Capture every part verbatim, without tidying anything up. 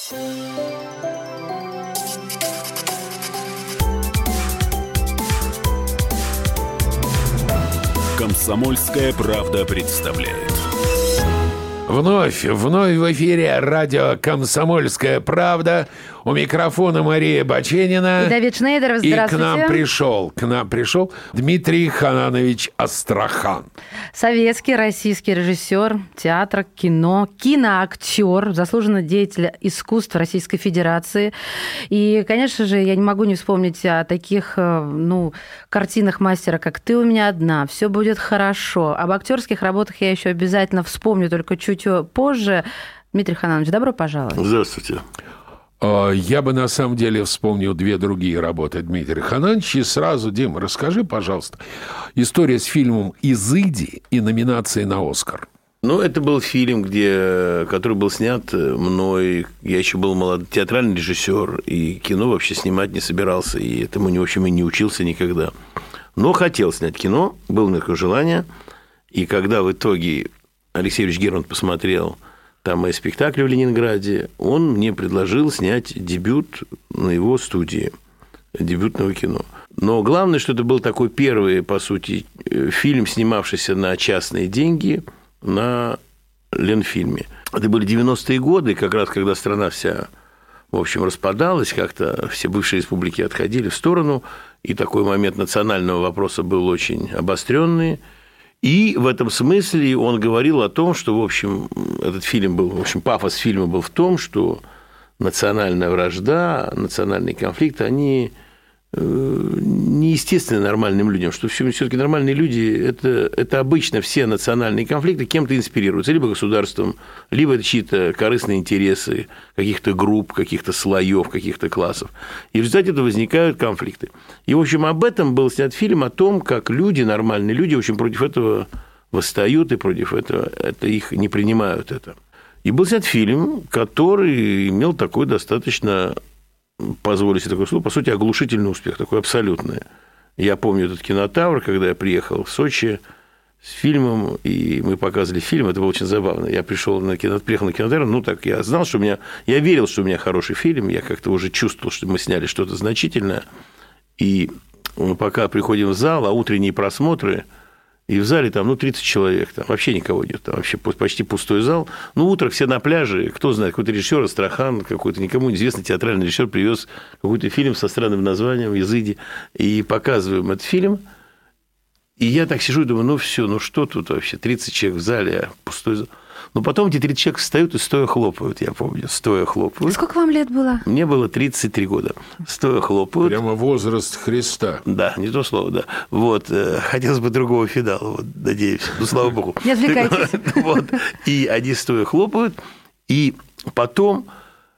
«Комсомольская правда» представляет. Вновь, вновь в эфире радио «Комсомольская правда». У микрофона Мария Баченина. И Давид Шнейдеров, здравствуйте. И к нам пришел, к нам пришел Дмитрий Хананович Астрахан. Советский, российский режиссер театра, кино, киноактер, заслуженный деятель искусств Российской Федерации. И, конечно же, я не могу не вспомнить о таких, ну, картинах мастера, как «Ты у меня одна», «Все будет хорошо». Об актерских работах я еще обязательно вспомню, только чуть позже. Дмитрий Хананович, добро пожаловать. Здравствуйте. Я бы, на самом деле, вспомнил две другие работы Дмитрия Ханановича. И сразу, Дима, расскажи, пожалуйста, история с фильмом «Изыди» и номинации на «Оскар». Ну, это был фильм, где, который был снят мной. Я еще был молодой театральный режиссер, и кино вообще снимать не собирался. И этому, в общем, и не учился никогда. Но хотел снять кино, было у меня такое желание. И когда в итоге Алексей Юрьевич Герман посмотрел там мои спектакли в Ленинграде, он мне предложил снять дебют на его студии, дебютного кино. Но главное, что это был такой первый, по сути, фильм, снимавшийся на частные деньги на Ленфильме. Это были девяностые годы, как раз когда страна вся, в общем, распадалась, как-то все бывшие республики отходили в сторону, и такой момент национального вопроса был очень обостренный. И в этом смысле он говорил о том, что, в общем, этот фильм был, в общем, пафос фильма был в том, что национальная вражда, национальные конфликты, они неестественны нормальным людям, что все-таки нормальные люди это, – это обычно все национальные конфликты кем-то инспирируются, либо государством, либо это чьи-то корыстные интересы каких-то групп, каких-то слоев, каких-то классов. И в результате этого возникают конфликты. И, в общем, об этом был снят фильм, о том, как люди, нормальные люди, в общем, против этого восстают и против этого это их не принимают это. И был снят фильм, который имел такой достаточно, позволю себе такое слово, по сути, оглушительный успех, такой абсолютный. Я помню этот кинотавр, когда я приехал в Сочи с фильмом, и мы показывали фильм, это было очень забавно. Я пришел на кино, приехал на кинотавр, ну, так я знал, что у меня, я верил, что у меня хороший фильм, я как-то уже чувствовал, что мы сняли что-то значительное, и мы пока приходим в зал, а утренние просмотры, и в зале там, ну, тридцать человек, там вообще никого нет, там вообще почти пустой зал. Ну, утро все на пляже, кто знает, какой-то режиссер Астрахан, какой-то никому неизвестный театральный режиссер привез какой-то фильм со странным названием «Изыди», и показываем этот фильм. И я так сижу и думаю, ну, все, ну, что тут вообще, тридцать человек в зале, а пустой зал. Но потом эти тридцать человек встают и стоя хлопают, я помню, стоя хлопают. Сколько вам лет было? Мне было тридцать три года. Стоя хлопают. Прямо возраст Христа. Да, не то слово, да. Вот, хотелось бы другого финала, вот, надеюсь. Ну, слава богу. Не отвлекайтесь. Вот. И они стоя хлопают, и потом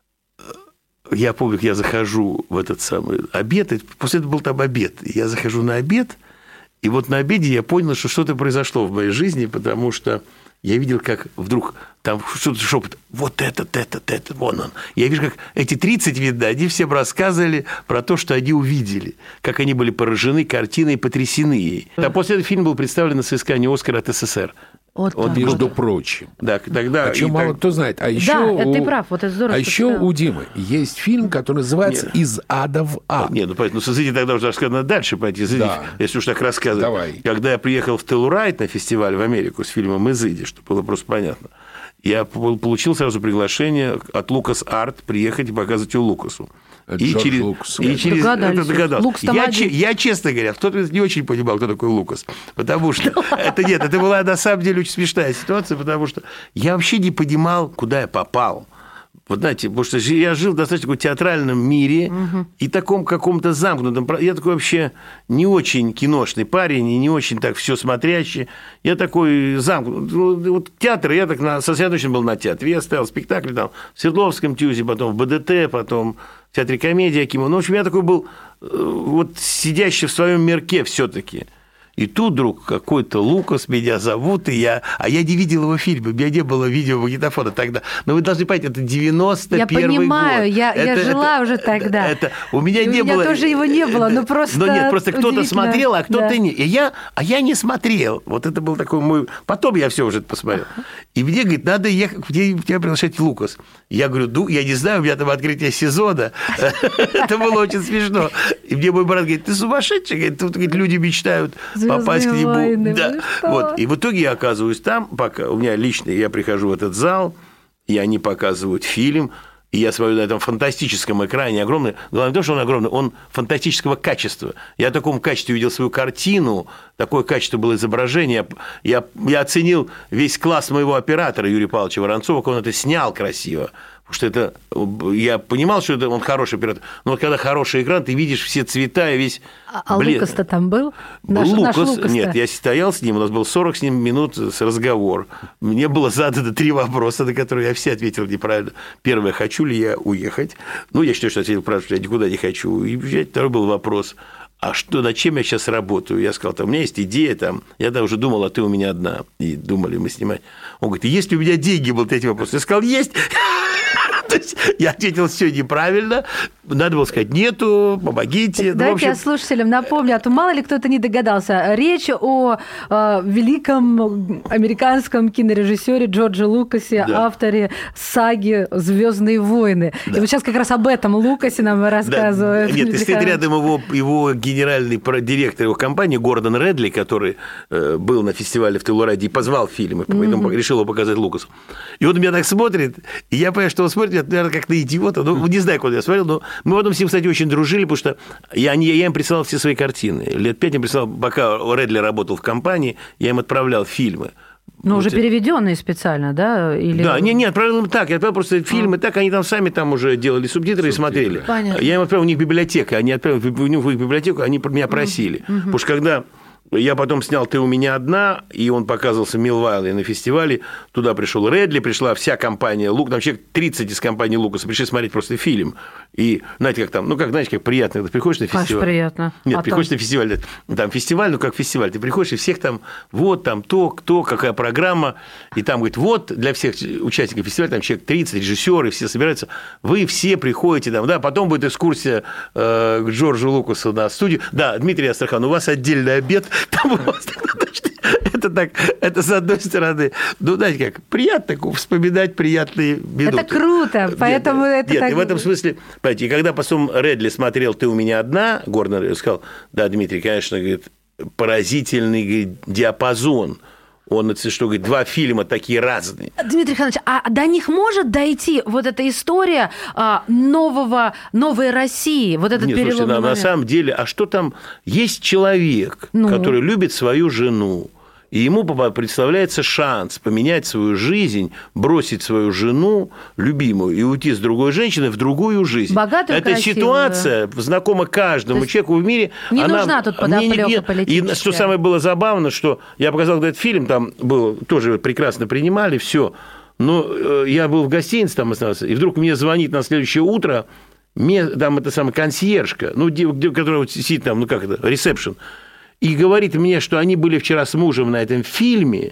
я помню, я захожу в этот самый обед, и после этого был там обед, я захожу на обед, и вот на обеде я понял, что что-то произошло в моей жизни, потому что я видел, как вдруг там что-то шепот, вот этот, этот, этот, вон он. Я вижу, как эти тридцать, видно, они всем рассказывали про то, что они увидели, как они были поражены картиной и потрясены ей. А после этого фильм был представлен на соискании «Оскара» от СССР. Вот, вот между прочим. Да, тогда... О чем мало так... кто знает. А еще да, у... это ты прав, вот это здорово. А еще у Димы есть фильм, который называется Нет. «Из ада в ад». Нет, ну, понятно, ну, с «Изыди» тогда уже рассказано дальше, пойти, да. Если уж так рассказывать. Давай. Когда я приехал в Теллурайт на фестиваль в Америку с фильмом «Изыди», чтобы было просто понятно, я получил сразу приглашение от Лукас Арт приехать и показывать его Лукасу. Это и Джордж через, Лукас. И через это догадался. Я, я, я, честно говоря, в тот момент не очень понимал, кто такой Лукас. Потому что это нет, это была на самом деле очень смешная ситуация, потому что я вообще не понимал, куда я попал. Вот знаете, потому что я жил в достаточно таком театральном мире угу. и таком каком-то замкнутом. Я такой вообще не очень киношный парень и не очень так все смотрящий. Я такой замкнутый. Вот театр, я так сосредоточен был на театре. Я ставил спектакли там в Свердловском ТЮЗе, потом в БДТ, потом в Театре комедии Акимова. Ну, в общем, я такой был вот сидящий в своем мирке все-таки. И тут вдруг какой-то Лукас, меня зовут, и я... А я не видел его фильма, у меня не было видеомагнитофона тогда. Но вы должны понять, это девяносто первый год. Я понимаю, я, это, я жила это, уже тогда. Это, это, у меня и не у меня было... тоже его не было, но просто Но нет, просто кто-то смотрел, а кто-то да. не. И я, а я не смотрел. Вот это был такой мой... Потом я все уже посмотрел. И мне, говорит, надо ехать, где тебя приглашать Лукас. Я говорю, ну, я не знаю, у меня там открытие сезона. Это было очень смешно. И мне мой брат говорит, ты сумасшедший? Говорит, тут люди мечтают попасть к нему. Да. Вот. И в итоге я оказываюсь там, пока у меня лично, я прихожу в этот зал, и они показывают фильм, и я смотрю на этом фантастическом экране, огромный. Главное то, что он огромный, он фантастического качества. Я в таком качестве видел свою картину, такое качество было изображение. Я, я оценил весь класс моего оператора Юрия Павловича Воронцова, как он это снял красиво. Потому что это, я понимал, что это он хороший оператор, но вот когда хороший экран, ты видишь все цвета и весь А блед. Лукас-то там был? Был Наш, Лукас, наш Лукас-то. Нет, я стоял с ним, у нас было сорок с ним минут с разговор. Мне было задано три вопроса, на которые я все ответил неправильно. Первое, хочу ли я уехать? Ну, я считаю, что ответил правильно, что я никуда не хочу уезжать. Второй был вопрос, а что, над чем я сейчас работаю? Я сказал, у меня есть идея, там, я да, уже думал, а ты у меня одна. И думали мы снимать. Он говорит, есть ли у меня деньги? Был третий вопрос. Я сказал, есть. То есть я ответил все неправильно. Надо было сказать, нету, помогите. Давайте ну, общем... я слушателям напомню, а то мало ли кто-то не догадался. Речь о э, великом американском кинорежиссере Джордже Лукасе, да. авторе саги «Звездные войны». Да. И вот сейчас как раз об этом Лукасе нам рассказывает. Да. Нет, и стоит рядом его, его генеральный директор его компании Гордон Редли, который э, был на фестивале в Телураде и позвал фильм, и поэтому mm-hmm. решил его показать Лукасу. И он меня так смотрит, и я понимаю, что он смотрит, наверное, как на идиота. Ну, не знаю, куда я смотрел, но мы потом с ним, кстати, очень дружили, потому что я, не, я им присылал все свои картины. Лет пять им присылал, пока Редли работал в компании, я им отправлял фильмы. Ну, вот уже переведенные специально, да? Или... Да, не, не, отправил им так. Я отправил просто фильмы а. так, они там сами там уже делали субтитры, субтитры. и смотрели. Понятно. Я им отправил, у них библиотека, они отправили в их библиотеку, они меня просили. Mm-hmm. Потому что когда... Я потом снял «Ты у меня одна», и он показывался в Милвайле на фестивале. Туда пришел Редли, пришла вся компания Лукас. Там человек тридцать из компании Лукаса пришли смотреть просто фильм. И знаете, как там, ну, как, знаете, как приятно, когда приходишь на фестиваль. Аж приятно. Нет, а приходишь там... на фестиваль, там фестиваль, ну, как фестиваль. Ты приходишь, и всех там, вот там то, кто, какая программа. И там, говорит, вот для всех участников фестиваля, там человек тридцать, режиссеры, все собираются. Вы все приходите там, да, потом будет экскурсия э, к Джорджу Лукасу на студию. Да, Дмитрий Астрахан, у вас отдельный обед, там у вас... Это так, это с одной стороны, ну, знаете как, приятно вспоминать приятные минуты. Это круто, поэтому нет, это нет, так... и в этом смысле, понимаете, и когда потом Редли смотрел «Ты у меня одна», Гордон сказал, да, Дмитрий, конечно, говорит, поразительный говорит, диапазон. Он, что говорит, два фильма такие разные. Дмитрий Иванович, а до них может дойти вот эта история нового, новой России, вот этот Нет, переломный слушайте, на, на самом деле, а что там? Есть человек, ну? который любит свою жену, и ему представляется шанс поменять свою жизнь, бросить свою жену, любимую, и уйти с другой женщиной в другую жизнь. Богатую, Эта красивую. Ситуация знакома каждому человеку в мире. Не она... нужна тут подоплёка политическая. И что самое было забавно, что я показал этот фильм, там был, тоже прекрасно принимали, все. Но я был в гостинице, там оставался, и вдруг мне звонит на следующее утро, там это самая консьержка, ну, которая сидит там, ну как это, ресепшн, и говорит мне, что они были вчера с мужем на этом фильме,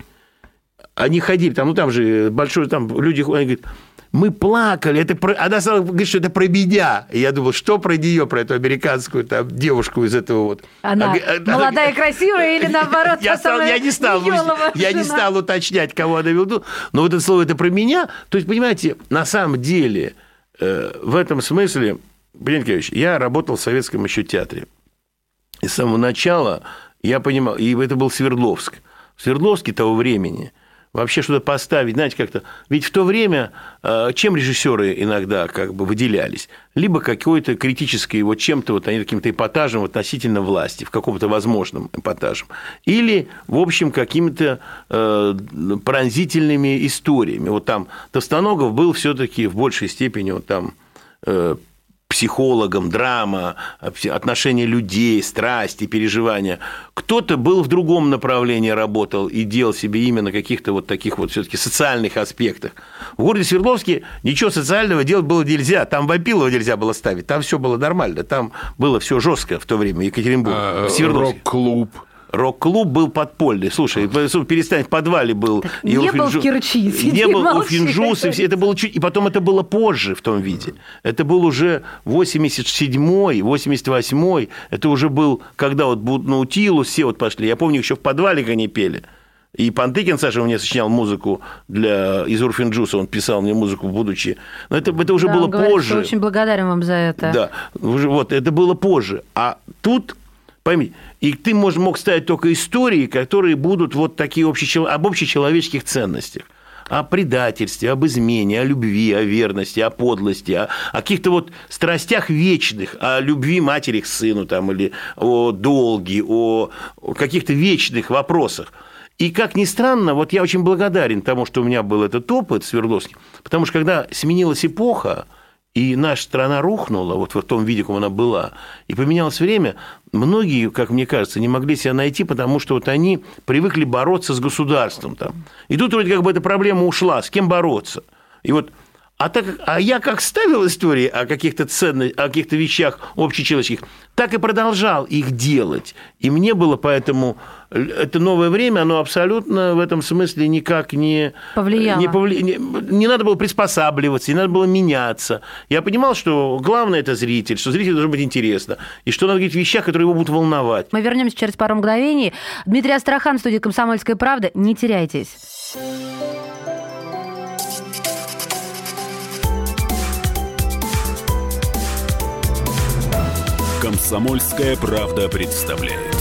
они ходили, там, ну, там же большой, там люди, они говорят, мы плакали, это про... она стала говорить, что это про меня. И я думал, что про нее, про эту американскую там, девушку из этого вот. Она а, молодая, она... красивая или наоборот? Я, стал, я, не стал, я не стал уточнять, кого она имела в виду, но вот это слово это про меня. То есть, понимаете, на самом деле, э, в этом смысле, Леонид Николаевич, я работал в советском еще театре. И с самого начала я понимал, и это был Свердловск. В Свердловске того времени вообще что-то поставить, знаете, как-то... Ведь в то время чем режиссеры иногда как бы выделялись? Либо какой-то критической вот чем-то, вот они каким-то эпатажем относительно власти, в каком-то возможном эпатажем. Или, в общем, какими-то э, пронзительными историями. Вот там Товстоногов был все-таки в большей степени вот там... Э, психологом, драма, отношения людей, страсти, переживания. Кто-то был в другом направлении, работал и делал себе имя на каких-то вот таких вот все-таки социальных аспектах. В городе Свердловске ничего социального делать было нельзя. Там Вампилова нельзя было ставить. Там все было нормально. Там было все жестко в то время, Екатеринбург. А, рок-клуб. рок-клуб был подпольный. Слушай, перестань, в подвале был. Так не был Финджу... в Керчи, не был у Финджуса. Это было чуть... И потом это было позже в том виде. Это был уже восемьдесят седьмой, восемьдесят восьмой. Это уже был, когда вот Наутилус, все вот пошли. Я помню, еще в подвале, как они пели. И Пантыкин Саша мне сочинял музыку для из Урфинджуса, он писал мне музыку, будучи... Но это, это уже да, было он говорит, позже. Что очень благодарен вам за это. Да, вот, это было позже. А тут, пойми, и ты мог, мог ставить только истории, которые будут вот такие общечел... об общечеловеческих ценностях. О предательстве, об измене, о любви, о верности, о подлости, о, о каких-то вот страстях вечных, о любви матери к сыну там, или о долге, о, о каких-то вечных вопросах. И, как ни странно, вот я очень благодарен тому, что у меня был этот опыт Свердловский, потому что, когда сменилась эпоха, и наша страна рухнула вот в том виде, как она была, и поменялось время, многие, как мне кажется, не могли себя найти, потому что вот они привыкли бороться с государством. Там. И тут вроде как бы эта проблема ушла, с кем бороться. И вот, а, так, а я как ставил истории о каких-то ценностях, о каких-то вещах общечеловеческих, так и продолжал их делать. И мне было поэтому... Это новое время, оно абсолютно в этом смысле никак не... Повлияло. Не, повли... не, не надо было приспосабливаться, не надо было меняться. Я понимал, что главное – это зритель, что зрителю должно быть интересно, и что надо говорить о вещах, которые его будут волновать. Мы вернемся через пару мгновений. Дмитрий Астрахан в студии «Комсомольская правда». Не теряйтесь. «Комсомольская правда» представляет.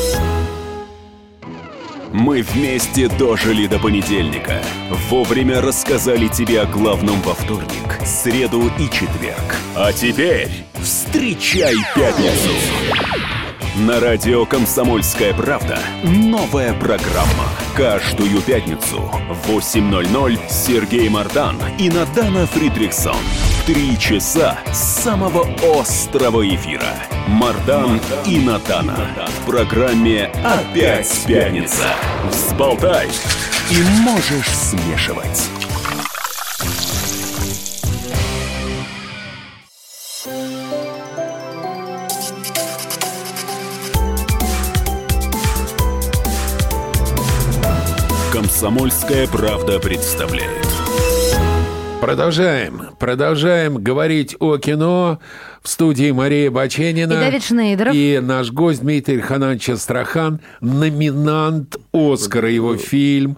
Мы вместе дожили до понедельника. Вовремя рассказали тебе о главном во вторник, среду и четверг. А теперь встречай пятницу. На радио «Комсомольская правда» новая программа. Каждую пятницу в восемь ноль ноль Сергей Мардан и Надана Фридрихсон. Три часа самого острого эфира. Мардан и Надана. В программе «Опять пятница». Взболтай и можешь смешивать. «Комсомольская правда» представляет. Продолжаем. Продолжаем говорить о кино. В студии Мария Баченина. И Давид Шнейдеров. И наш гость Дмитрий Хананович Астрахан, номинант Оскара. Его фильм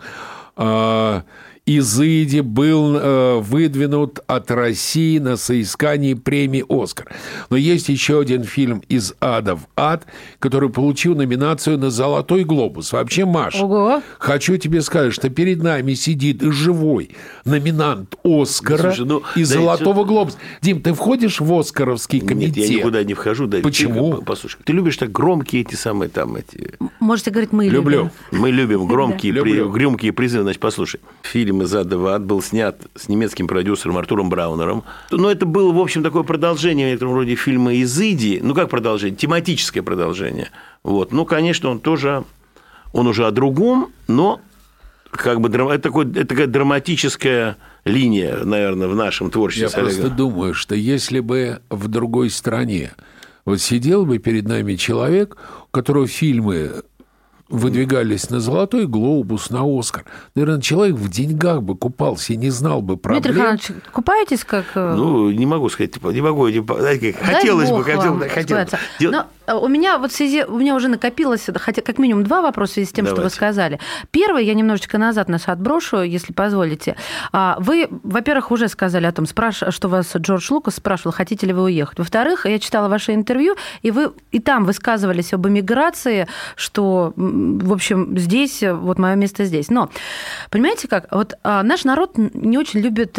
«Изыди» был выдвинут от России на соискание премии «Оскар». Но есть еще один фильм «Из ада в ад», который получил номинацию на «Золотой глобус». Вообще, Маша, Ого. хочу тебе сказать, что перед нами сидит живой номинант «Оскара» Слушай, ну, и да «Золотого это... глобуса». Дим, ты входишь в «Оскаровский комитет»? Нет, я никуда не вхожу. Да, Почему? Ты, послушай, ты любишь так громкие эти самые там эти... Можете говорить, мы Люблю. любим. Мы любим громкие, Да. при... Люблю. громкие призывы. Значит, послушай. Фильм «Из ада в ад» был снят с немецким продюсером Артуром Браунером. Но это было, в общем, такое продолжение, в некотором роде, фильма «Изыди». Ну, как продолжение? Тематическое продолжение. Вот. Ну, конечно, он тоже... Он уже о другом, но как бы это, такой, это такая драматическая линия, наверное, в нашем творчестве. Я просто думаю, что если бы в другой стране вот сидел бы перед нами человек, у которого фильмы выдвигались на «Золотой глобус», на «Оскар», наверное, человек в деньгах бы купался и не знал бы проблем. Дмитрий Ханович, купаетесь как... Ну, не могу сказать, типа, не могу, типа, знаете, как, хотелось бы, хотел, да, хотелось. Но у меня вот в связи, у меня уже накопилось, хотя как минимум два вопроса в связи с тем, Давайте. Что вы сказали. Первый, я немножечко назад нас отброшу, если позволите. Вы, во-первых, уже сказали о том, что вас Джордж Лукас спрашивал, хотите ли вы уехать. Во-вторых, я читала ваше интервью, и вы и там высказывались об эмиграции, что, в общем, здесь, вот мое место здесь. Но, понимаете как, вот наш народ не очень любит,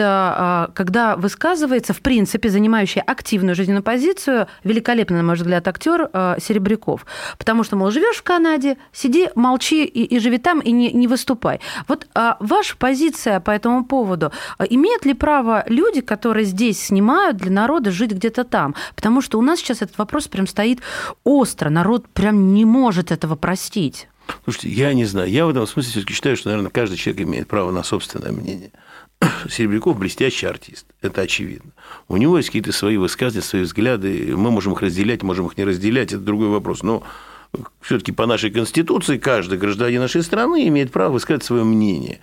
когда высказывается, в принципе, занимающий активную жизненную позицию, великолепный, на мой взгляд, актер Серебряков. Потому что, мол, живешь в Канаде, сиди, молчи и, и живи там, и не, не выступай. Вот а, ваша позиция по этому поводу. Имеют ли право люди, которые здесь снимают для народа, жить где-то там? Потому что у нас сейчас этот вопрос прям стоит остро. Народ прям не может этого простить. Слушайте, я не знаю. Я в этом смысле все-таки считаю, что, наверное, каждый человек имеет право на собственное мнение. Серебряков блестящий артист, это очевидно. У него есть какие-то свои высказывания, свои взгляды, мы можем их разделять, можем их не разделять, это другой вопрос. Но все-таки по нашей Конституции каждый гражданин нашей страны имеет право высказать свое мнение.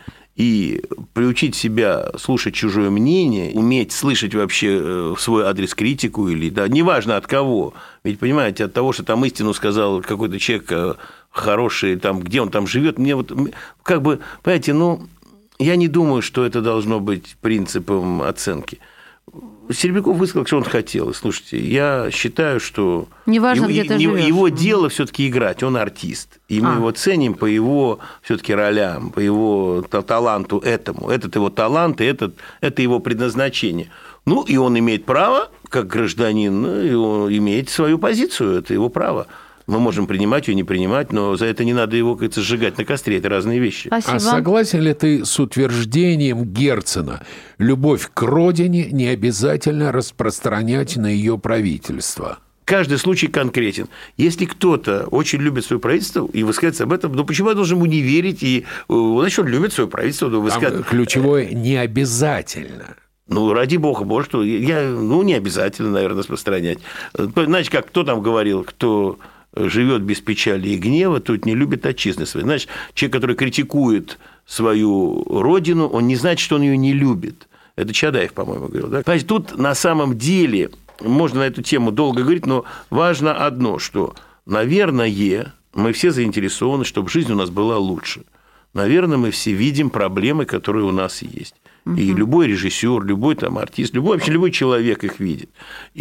И приучить себя слушать чужое мнение, уметь слышать вообще в свой адрес критику, или, да, неважно от кого. Ведь, понимаете, от того, что там истину сказал какой-то человек хороший, там, где он там живет, мне вот, как бы, понимаете, ну, я не думаю, что это должно быть принципом оценки. Серебряков высказал, что он хотел. И, слушайте, я считаю, что Неважно, его, где ты его, живешь. его дело все-таки играть, он артист. И мы а. его ценим по его все-таки ролям, по его таланту этому. Этот его талант, и этот, это его предназначение. Ну, и он имеет право, как гражданин, ну, иметь свою позицию, это его право. Мы можем принимать ее, не принимать, но за это не надо его, как говорится, сжигать на костре. Это разные вещи. Спасибо. А согласен ли ты с утверждением Герцена? Любовь к родине не обязательно распространять на ее правительство. Каждый случай конкретен. Если кто-то очень любит свое правительство и высказывается об этом, ну почему я должен ему не верить? И, значит, он любит свое правительство. Там ключевое «не обязательно». Ну, ради бога, может, я, ну, не обязательно, наверное, распространять. Знаете, как кто там говорил, кто живет без печали и гнева, тот не любит отчизны своей. Значит, человек, который критикует свою родину, он не значит, что он ее не любит. Это Чадаев, по-моему, говорил. Да? Значит, тут на самом деле можно на эту тему долго говорить, но важно одно, что, наверное, мы все заинтересованы, чтобы жизнь у нас была лучше. Наверное, мы все видим проблемы, которые у нас есть. И любой режиссер, любой там артист, любой, вообще любой человек их видит.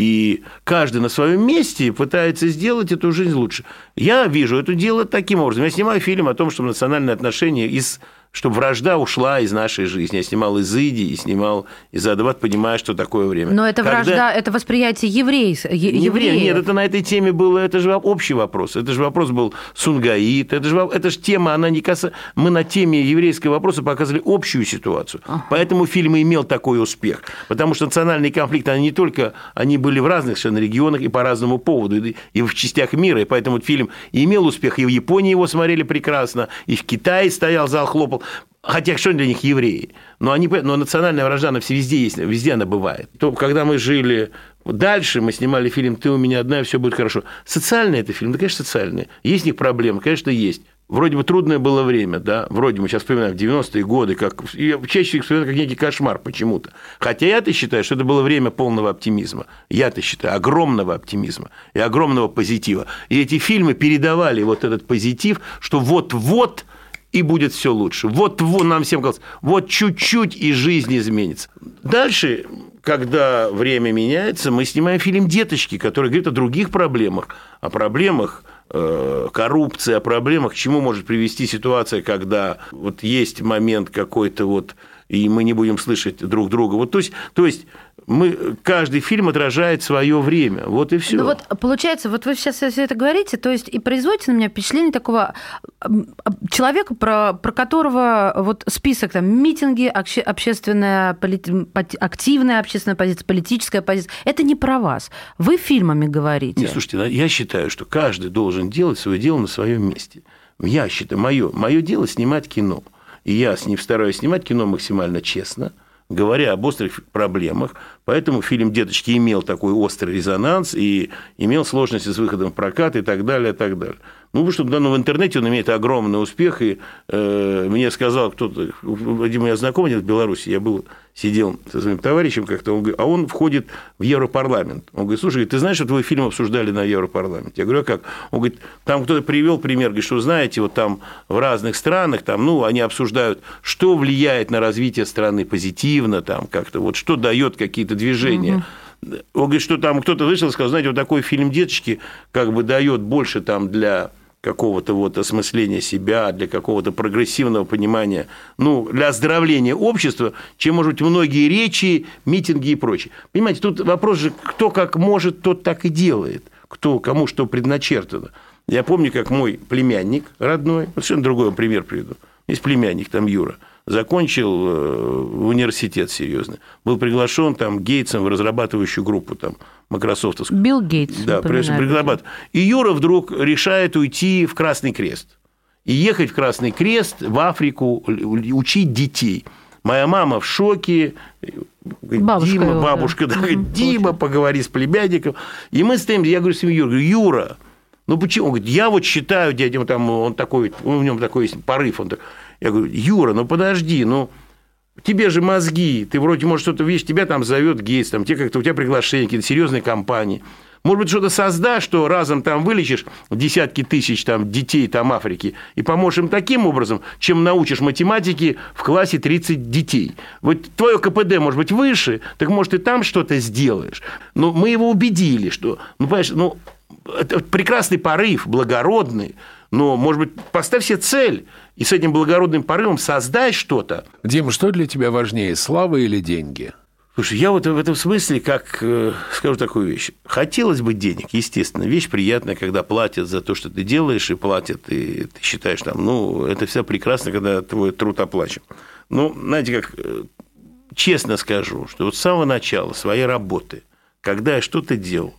И каждый на своем месте пытается сделать эту жизнь лучше. Я вижу это дело таким образом. Я снимаю фильм о том, чтобы национальные отношения из... чтобы вражда ушла из нашей жизни. Я снимал «Изыди» и снимал «Изадват», понимая, что такое время. Но это Когда... вражда, это восприятие евреев. евреев. Нет, это на этой теме было, это же общий вопрос. Это же вопрос был Сунгаит, это же, это же тема, она не касается... Мы на теме еврейского вопроса показывали общую ситуацию. Ага. Поэтому фильм и имел такой успех. Потому что национальные конфликты, они не только... Они были в разных совершенно регионах и по разному поводу, и в частях мира. И поэтому фильм и имел успех. И в Японии его смотрели прекрасно, и в Китае стоял зал, хлопал. Хотя что для них евреи? Но, они, но национальная вражда, она все везде есть, везде она бывает. То, когда мы жили дальше, мы снимали фильм «Ты у меня одна, и все будет хорошо». Социальный это фильм? Да, конечно, социальный. Есть у них проблемы? Конечно, есть. Вроде бы трудное было время, да, вроде мы сейчас вспоминаем девяностые годы, как... я чаще вспоминаю как некий кошмар почему-то. Хотя я-то считаю, что это было время полного оптимизма. Я-то считаю, огромного оптимизма и огромного позитива. И эти фильмы передавали вот этот позитив, что вот-вот и будет все лучше. Вот, вот нам всем казалось, вот чуть-чуть и жизнь изменится. Дальше, когда время меняется, мы снимаем фильм «Деточки», который говорит о других проблемах, о проблемах э, коррупции, о проблемах, к чему может привести ситуация, когда вот есть момент какой-то вот, и мы не будем слышать друг друга. Вот, то есть, то есть мы, каждый фильм отражает свое время. Вот и все. Ну вот получается, вот вы сейчас все это говорите, то есть и производите на меня впечатление такого человека, про, про которого вот список там митинги, обще, общественная, полит, активная общественная позиция, политическая позиция. Это не про вас. Вы фильмами говорите. Не, слушайте, я считаю, что каждый должен делать свое дело на своем месте. Я считаю, мое, мое дело снимать кино. И я с ним стараюсь снимать кино максимально честно, говоря об острых проблемах. Поэтому фильм «Деточки» имел такой острый резонанс и имел сложности с выходом в прокат и так далее, и так далее. Ну, потому что ну, в интернете он имеет огромный успех. И э, мне сказал кто-то, один мой знакомый в Беларуси, я был, сидел со своим товарищем как-то, он говорит, а он входит в Европарламент. Он говорит, слушай, ты знаешь, что твой фильм обсуждали на Европарламенте? Я говорю, а как? Он говорит, там кто-то привел пример, говорит, что знаете, вот там в разных странах, там, ну, они обсуждают, что влияет на развитие страны позитивно, там, как-то, вот, что дает какие-то движения. Угу. Он говорит, что там кто-то вышел и сказал, знаете, вот такой фильм «Деточки» как бы дает больше там для какого-то вот осмысления себя, для какого-то прогрессивного понимания, ну, для оздоровления общества, чем, может быть, многие речи, митинги и прочее. Понимаете, тут вопрос же, кто как может, тот так и делает, кто, кому что предначертано. Я помню, как мой племянник родной, совершенно другой пример приведу, есть племянник, там Юра, закончил университет серьезно, был приглашен там Гейтсом в разрабатывающую группу там майкрософтовскую. Билл Гейтс. Да, прирабатывает. И Юра вдруг решает уйти в Красный Крест и ехать в Красный Крест в Африку учить детей. Моя мама в шоке. Бабушка Дима, его, бабушка, да. да, Угу, Дима, поговори с племянником. И мы стоим, я говорю с ним, Юра, говорю, Юра, Ну, почему? Он говорит, я вот считаю, дядя, там, он такой, у него такой есть порыв. Он так... Я говорю, Юра, ну, подожди, ну, тебе же мозги, ты вроде, может, что-то видишь, тебя там зовет Гейтс, там, тебе как-то, у тебя приглашение, какие-то серьезные компании. Может быть, что-то создашь, что разом там вылечишь десятки тысяч там, детей там, Африки и поможешь им таким образом, чем научишь математике в классе тридцать детей. Вот твое ка пэ дэ может быть выше, так, может, и там что-то сделаешь. Но мы его убедили, что, ну, понимаешь, ну, это прекрасный порыв, благородный, но, может быть, поставь себе цель и с этим благородным порывом создай что-то. Дима, что для тебя важнее, слава или деньги? Слушай, я вот в этом смысле, как скажу такую вещь. Хотелось бы денег, естественно. Вещь приятная, когда платят за то, что ты делаешь, и платят, и ты считаешь, там, ну, это все прекрасно, когда твой труд оплачен. Ну, знаете, как честно скажу, что вот с самого начала своей работы, когда я что-то делал,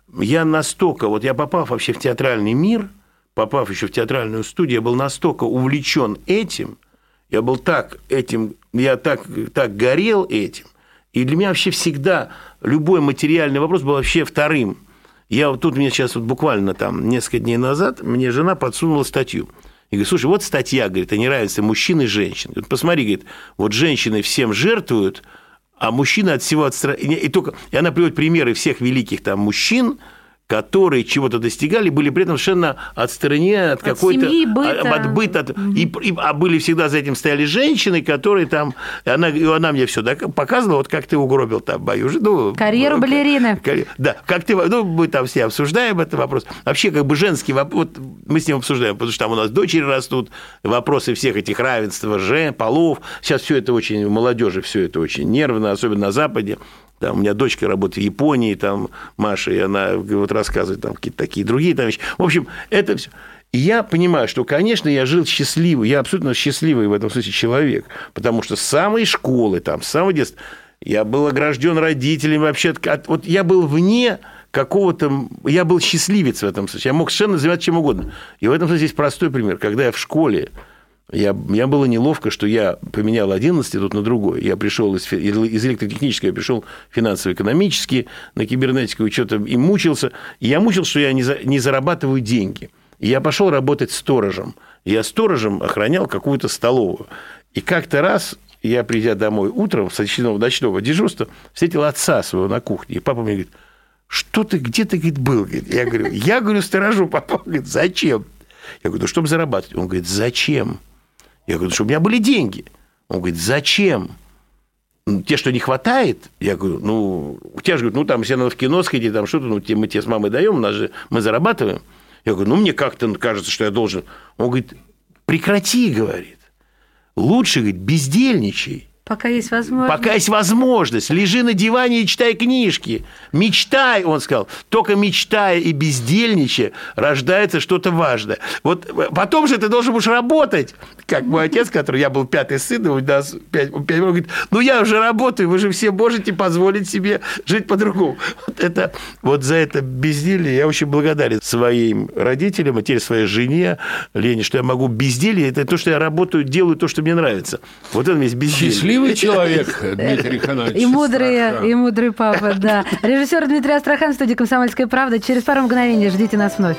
я настолько, вот я попав вообще в театральный мир, попав еще в театральную студию, я был настолько увлечен этим, я был так этим, я так, так горел этим, и для меня вообще всегда любой материальный вопрос был вообще вторым. Я вот тут, мне сейчас вот буквально там несколько дней назад, мне жена подсунула статью. И говорит, слушай, вот статья, говорит, о неравенстве мужчин и женщин. Говорит, посмотри, говорит, вот женщины всем жертвуют, а мужчины от всего отстраняются. И, только... и она приводит примеры всех великих там мужчин, которые чего-то достигали, были при этом совершенно отстранены от, от какой-то... Семьи, быта. От быта. Mm-hmm. И, и, а были всегда за этим стояли женщины, которые там... Она, она мне все показывала, вот как ты угробил там мою жену. Карьеру балерины. Да, как ты... Ну, мы там все обсуждаем этот вопрос. Вообще, как бы женский вопрос... Вот мы с ним обсуждаем, потому что там у нас дочери растут, вопросы всех этих равенства, жен, полов. Сейчас все это очень... У молодежи все это очень нервно, особенно на Западе. Там, у меня дочка работает в Японии, там, Маша, и она вот рассказывает там какие-то такие другие там вещи. В общем, это все. И я понимаю, что, конечно, я жил счастливый, я абсолютно счастливый в этом смысле человек, потому что с самой школы, там, с самого детства я был огражден родителями вообще. От, вот я был вне какого-то... Я был счастливец в этом смысле. Я мог совершенно заниматься чем угодно. И в этом смысле есть простой пример. Когда я в школе... Я, мне было неловко, что я поменял один институт на другой. Я пришел из, из электротехнического, я пришел финансово-экономический, на кибернетику, что-то и мучился. И я мучился, что я не, за, не зарабатываю деньги. И я пошел работать сторожем. Я сторожем охранял какую-то столовую. И как-то раз я, придя домой утром с ночного, ночного дежурства, встретил отца своего на кухне. И папа мне говорит, что ты, где ты, говорит, был? Я говорю, я говорю, сторожу. Папа говорит, зачем? Я говорю, ну, чтобы зарабатывать. Он говорит, зачем? Я говорю, чтобы у меня были деньги. Он говорит, зачем? Ну, те, что не хватает, я говорю, ну, у тебя же, говорит, ну, там, если надо в кино сходить, там что-то, ну, мы тебе с мамой даем, у нас же, мы зарабатываем. Я говорю, ну, мне как-то кажется, что я должен. Он говорит, прекрати, говорит. Лучше, говорит, бездельничай. Пока есть возможность. Пока есть возможность. Лежи на диване и читай книжки. Мечтай, он сказал. Только мечтая и бездельничая рождается что-то важное. Вот потом же ты должен будешь работать. Как мой отец, который я был пятый сын, у нас пять, пять, он говорит, ну я уже работаю, вы же все можете позволить себе жить по-другому. Вот, это, вот за это безделье я очень благодарен своим родителям, а теперь своей жене, Лене, что я могу безделье, это то, что я работаю, делаю то, что мне нравится. Вот это весь безделье. Счастливый человек, Дмитрий Ханонович. И мудрый, и мудрый папа, да. Режиссер Дмитрий Астрахан в студии «Комсомольская правда». Через пару мгновений ждите нас вновь.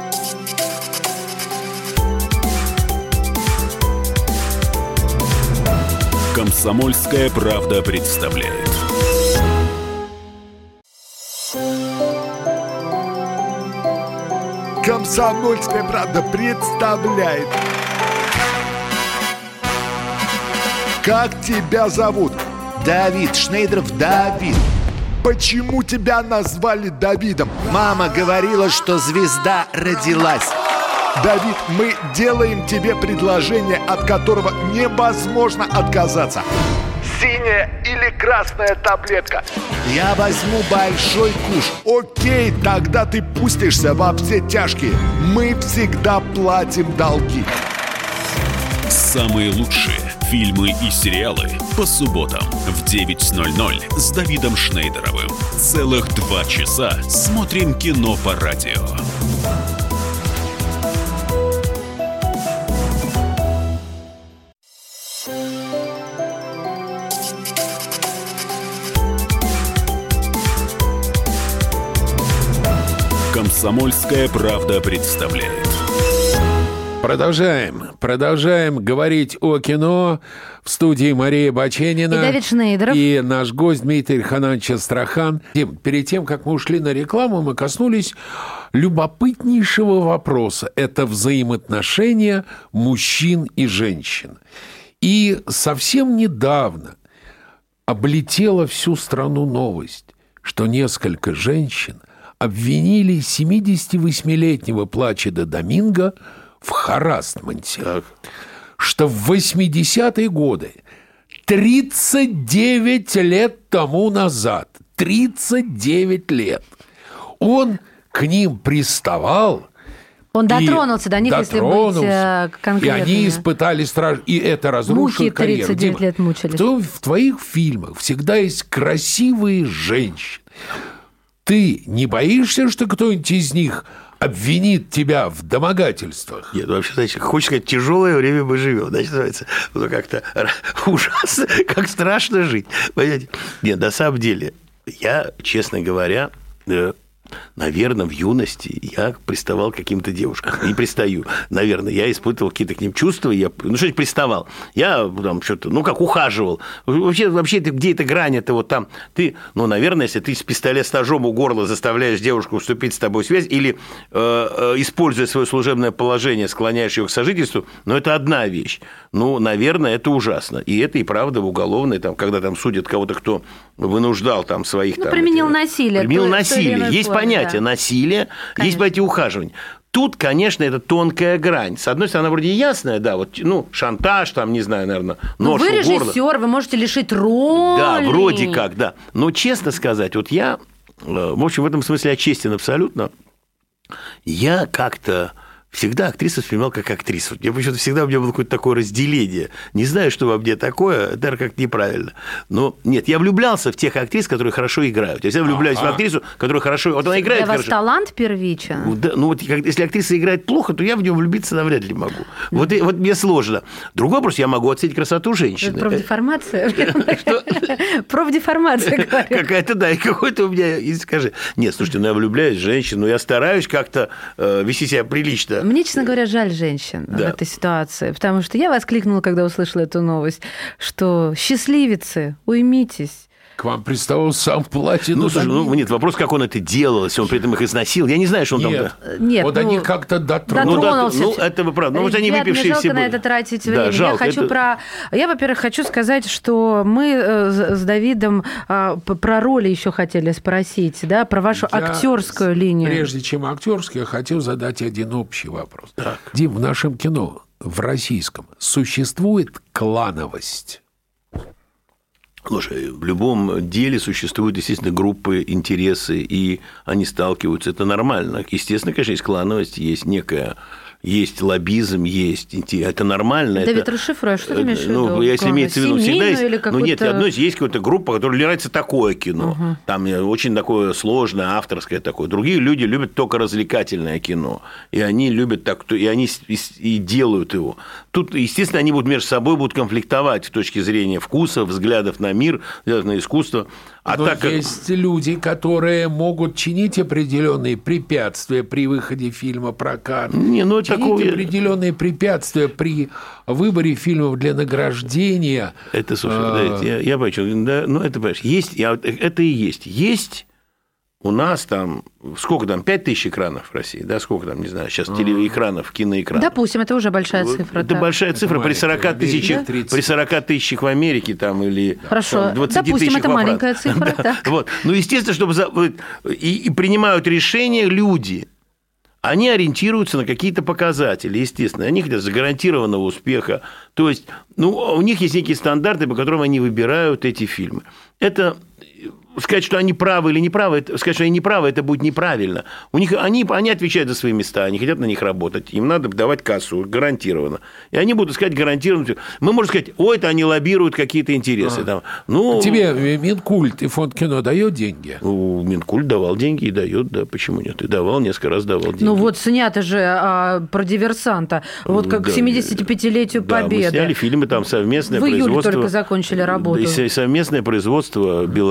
«Комсомольская правда» представляет. «Комсомольская правда» представляет. Как тебя зовут? Давид, Шнейдров Давид. Почему тебя назвали Давидом? Мама говорила, что звезда родилась. Давид, мы делаем тебе предложение, от которого невозможно отказаться. Синяя или красная таблетка? Я возьму большой куш. Окей, тогда ты пустишься во все тяжкие. Мы всегда платим долги. Самые лучшие фильмы и сериалы по субботам в девять ноль ноль с Давидом Шнейдеровым. Целых два часа смотрим кино по радио. «Комсомольская правда» представляет. Продолжаем. Продолжаем говорить о кино. В студии Мария Баченина. И Давид Шнейдров. И наш гость Дмитрий Ханонович Астрахан. Перед тем, как мы ушли на рекламу, мы коснулись любопытнейшего вопроса. Это взаимоотношения мужчин и женщин. И совсем недавно облетела всю страну новость, что несколько женщин обвинили семидесятивосьмилетнего Плачидо Доминго в харассменте, так. что в восьмидесятые годы, тридцать девять лет тому назад, тридцать девять лет, он к ним приставал. Он дотронулся до них, дотронулся, если быть конкретными. И они испытали страх, и это разрушило Муки карьеру. тридцать девять Дима, лет мучились. в, в твоих фильмах всегда есть красивые женщины. Ты не боишься, что кто-нибудь из них обвинит тебя в домогательствах? Нет, вообще, значит, хочешь сказать, тяжелое время мы живем. Значит, называется, ну, как-то ужасно, как страшно жить. Понимаете? Нет, на самом деле, я, честно говоря, наверное, в юности я приставал к каким-то девушкам. И пристаю. Наверное, я испытывал какие-то к ним чувства. Я, ну, что-то приставал. Я там что-то, ну, как ухаживал. Вообще, вообще где эта грань? Это вот там ты, ну, наверное, если ты с пистолет-ножом у горла заставляешь девушку вступить с тобой в связь или, э, э, используя свое служебное положение, склоняешь ее к сожительству, ну, это одна вещь. Ну, наверное, это ужасно. И это и правда в уголовной, там, когда там судят кого-то, кто вынуждал там своих... Ну, там, применил эти, насилие. Применил то, насилие. То есть форме, понятие да. насилия, Конечно. есть понятие ухаживания. Тут, конечно, это тонкая грань. С одной стороны, она вроде ясная, да, вот, ну, шантаж, там, не знаю, наверное, нож ну, вы у горла. режиссер, вы можете лишить роли. Да, вроде как, да. Но, честно сказать, вот я, в общем, в этом смысле я честен абсолютно. Я как-то... Всегда актрису воспринимал как актрису. Я почему-то всегда у меня было какое-то такое разделение. Не знаю, что во мне такое, это как неправильно. Но нет, я влюблялся в тех актрис, которые хорошо играют. Я всегда влюбляюсь А-а. в актрису, которая хорошо... Вот она играет Для вас хорошо. талант первичен? Да, ну вот если актриса играет плохо, то я в нее влюбиться навряд ли могу. Вот, вот мне сложно. Другой вопрос, я могу оценить красоту женщины. Профдеформация? Профдеформация, говорю. Какая-то, да, и какой-то у меня есть, скажи. Нет, слушайте, ну я влюбляюсь в женщину, но я стараюсь как-то вести себя прилично. Мне, честно говоря, жаль женщин да. в этой ситуации, потому что я воскликнула, когда услышала эту новость, что счастливицы, уймитесь. К вам приставал сам Платидо. Ну, слушай, ну, нет, вопрос, как он это делал, если он при этом их изнасиловал. Я не знаю, что он нет. там... Нет, вот ну, они как-то дотронулись. дотронулся. Ну, это вы правы. Ну, вот они выпившие мне жалко все на были. это тратить Да, время. жалко, Я хочу это... про... Я, во-первых, хочу сказать, что мы с Давидом про роли еще хотели спросить, да, про вашу я, актерскую линию. Прежде чем актерскую, я хотел задать один общий вопрос. Так. Дим, в нашем кино, в российском, существует клановость? Слушай, в любом деле существуют, естественно, группы, интересы, и они сталкиваются. Это нормально. Естественно, конечно, есть клановость, есть некая... Есть лоббизм, есть... Это нормально. Давид, это... расшифруй, а что ты имеешь в виду? Ну, если имеется в виду, всегда есть... Ну, нет, одно есть, есть какая-то группа, которой нравится такое кино. Угу. Там очень такое сложное, авторское такое. Другие люди любят только развлекательное кино. И они любят так... И они и делают его. Тут, естественно, они будут между собой будут конфликтовать с точки зрения вкуса, взглядов на мир, взглядов на искусство. А Но так как... есть люди, которые могут чинить определенные препятствия при выходе фильма в прокат. Не, ну, чинить такое... определенные препятствия при выборе фильмов для награждения. Это, слушай, а... я, я понимаю, да, ну, это, понимаешь, есть, я, это и есть. Есть у нас там, сколько там, пять тысяч экранов в России, да, сколько там, не знаю, сейчас телеэкранов, киноэкранов. Допустим, это уже большая цифра. Это да. большая цифра это при сорока тысячах, да? при сорока тысячах в Америке там, или Хорошо. Там, двадцати Допустим, тысячах это во маленькая Франции. цифра. Да. Вот. Ну, естественно, чтобы... За... И, и принимают решения люди. Они ориентируются на какие-то показатели, естественно. Они хотят гарантированного успеха. То есть, ну, у них есть некие стандарты, по которым они выбирают эти фильмы. Это... Сказать, что они правы или неправы, сказать, что они неправы, это будет неправильно. У них, они, они отвечают за свои места, они хотят на них работать. Им надо давать кассу гарантированно. И они будут сказать гарантированно. Мы можем сказать, ой, это они лоббируют какие-то интересы. А. Там. Ну, тебе Минкульт и фонд кино дает деньги? Ну, Минкульт давал деньги и дает, да, почему нет? И давал, несколько раз давал деньги. Ну, вот снято же а, про диверсанта, вот как да, к семидесятипятилетию да, Победы. Мы сняли фильмы, там совместное Вы производство. В июле только закончили работу. Совместное производство Беларуси и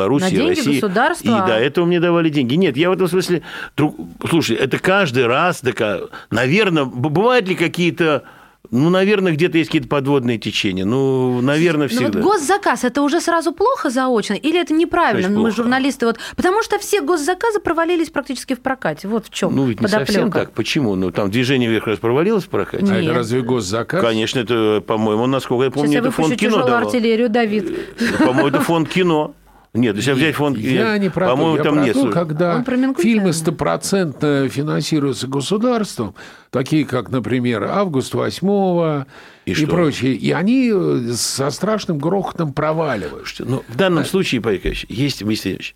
деньги, России. государство. И до этого мне давали деньги. Нет, я в этом смысле... Слушай, это каждый раз... Наверное, бывают ли какие-то... Ну, наверное, где-то есть какие-то подводные течения. Ну, наверное, всегда. Но вот госзаказ, это уже сразу плохо заочно? Или это неправильно? Мы плохо? журналисты... Вот, потому что все госзаказы провалились практически в прокате. Вот в чем Ну, ведь не подоплёка. совсем так. Почему? Ну, там «Движение вверх» раз провалилось в прокате. А это Нет. разве госзаказ? Конечно, это, по-моему, насколько я помню, Сейчас я это фонд выпущу кино тяжелую давал. артиллерию, Давид. По-моему, это фонд кино. Нет, если взять фонд... Я не про то, по-моему, я там про нет. то, когда Он про Минкульт, фильмы наверное. стопроцентно финансируются государством, такие как, например, «Август восьмого» И и, что? прочие, и они со страшным грохотом проваливаются. Ну, в данном случае, Павел Николаевич, есть выяснение.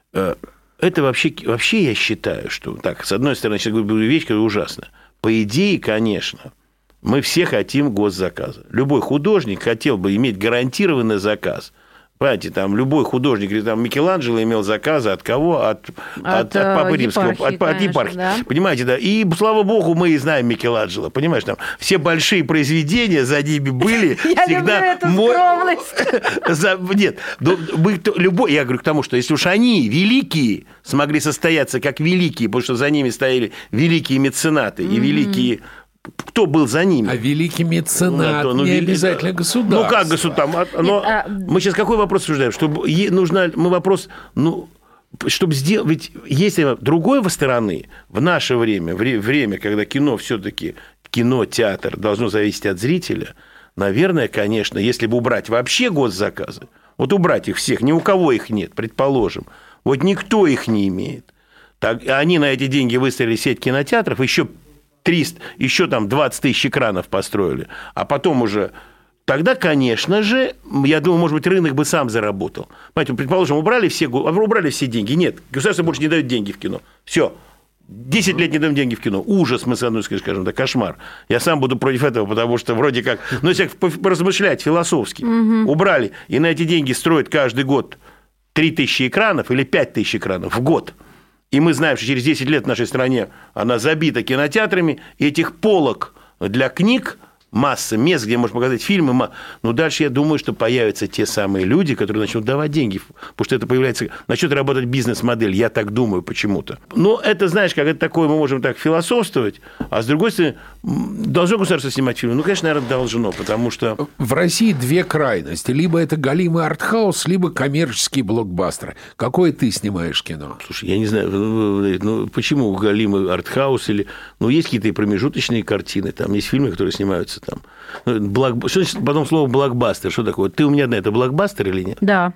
Это вообще, вообще я считаю, что так, с одной стороны, сейчас говорю вещь, которая ужасна. По идее, конечно, мы все хотим госзаказа. Любой художник хотел бы иметь гарантированный заказ. Понимаете, там любой художник, или там Микеланджело имел заказы от кого? От, от, От, от Папы э, Римского, епархии, от, от конечно, епархии. да. Понимаете, да. И, слава богу, мы и знаем Микеланджело. Понимаешь, там все большие произведения за ними были. Я люблю всегда эту мо- скромность. За- Нет, ну, мы то- любой, я говорю к тому, что если уж они великие смогли состояться как великие, потому что за ними стояли великие меценаты и великие... Кто был за ними? А великий меценат Ну, ну, не вели- обязательно государство. Ну, как государство? Там, но Нет, а- мы сейчас какой вопрос обсуждаем? Чтобы е- нужна... Мы вопрос... Ну, чтобы сделать... Ведь если другой стороны, в наше время, вре- время, когда кино все-таки, кино, театр должно зависеть от зрителя, наверное, конечно, если бы убрать вообще госзаказы, вот убрать их всех, ни у кого их нет, предположим, вот никто их не имеет, так, они на эти деньги выстроили сеть кинотеатров, еще триста, еще там двадцать тысяч экранов построили, а потом уже... Тогда, конечно же, я думаю, может быть, рынок бы сам заработал. Понимаете, предположим, убрали все, убрали все деньги. Нет, государство больше не дает деньги в кино. Все. десять лет не даем деньги в кино. Ужас, мы с одной, скажем, да, кошмар. Я сам буду против этого, потому что вроде как... Ну, если поразмышлять философски, угу. убрали, и на эти деньги строят каждый год три тысячи экранов или пять тысяч экранов в год. И мы знаем, что через десять лет в нашей стране она забита кинотеатрами, и этих полок для книг масса, мест, где можно показать фильмы. Но дальше я думаю, что появятся те самые люди, которые начнут давать деньги, потому что это появляется, начнет работать бизнес-модель, я так думаю почему-то. Но это, знаешь, как это такое, мы можем так философствовать, а с другой стороны, должно государство снимать фильмы? Ну, конечно, наверное, должно, потому что... В России две крайности. Либо это галимый артхаус, либо коммерческие блокбастеры. Какое ты снимаешь кино? Слушай, я не знаю, ну, почему галимый артхаус или... Ну, есть какие-то и промежуточные картины, там есть фильмы, которые снимаются там. Блок... Что значит потом слово блокбастер? Что такое? Ты у меня одна, это блокбастер или нет? Да.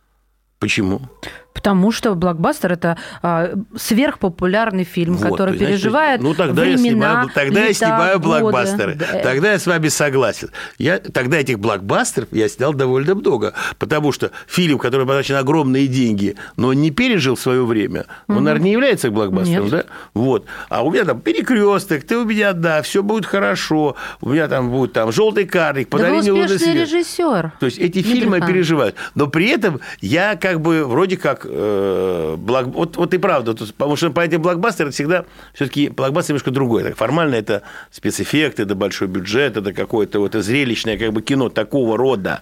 Почему? Потому что блокбастер – это а, сверхпопулярный фильм, Вот, который значит, переживает ну, тогда времена, я снимаю, тогда лета, я снимаю годы. блокбастеры. Да. Тогда я с вами согласен. Я, тогда этих блокбастеров я снял довольно много, потому что фильм, который потрачен огромные деньги, но он не пережил свое время, он, угу. наверное, не является блокбастером, Нет. да? Вот. А у меня там «Перекресток», «Ты у меня одна», все будет хорошо, у меня там будет там «Желтый карлик», «Подари мне да вы лунный успешный свет». режиссер. То есть эти Дмитрий фильмы Михайлович. переживают. Но при этом я как бы вроде как... Э, блок... вот, вот и правда. Тут, потому что по этим блокбастерам всегда... Все-таки блокбастер немножко другой. Так, формально это спецэффекты, это большой бюджет, это какое-то вот зрелищное как бы кино такого рода.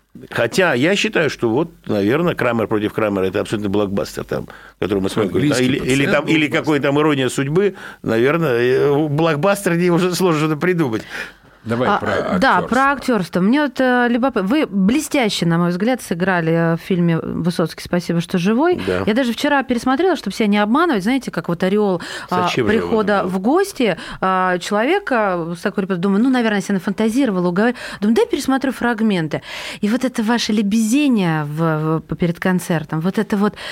Хотя я считаю, что вот, наверное, «Крамер против Крамера» – это абсолютно блокбастер, там, который мы смотрим. Или, или, там, или какой-то там «Ирония судьбы», наверное, блокбастер не уже сложно что-то придумать. Давай А, про актерство. Да, про актерство. Мне вот э, любопытно. Вы блестяще, на мой взгляд, сыграли в фильме «Высоцкий, спасибо, что живой». Да. Я даже вчера пересмотрела, чтобы себя не обманывать. Знаете, как вот ореол Зачем прихода в гости а, человека с такой репутацией. Думаю, ну, наверное, я нафантазировала, уговорила. Думаю, дай пересмотрю фрагменты. И вот это ваше лебезение в, в, перед концертом, вот это вот...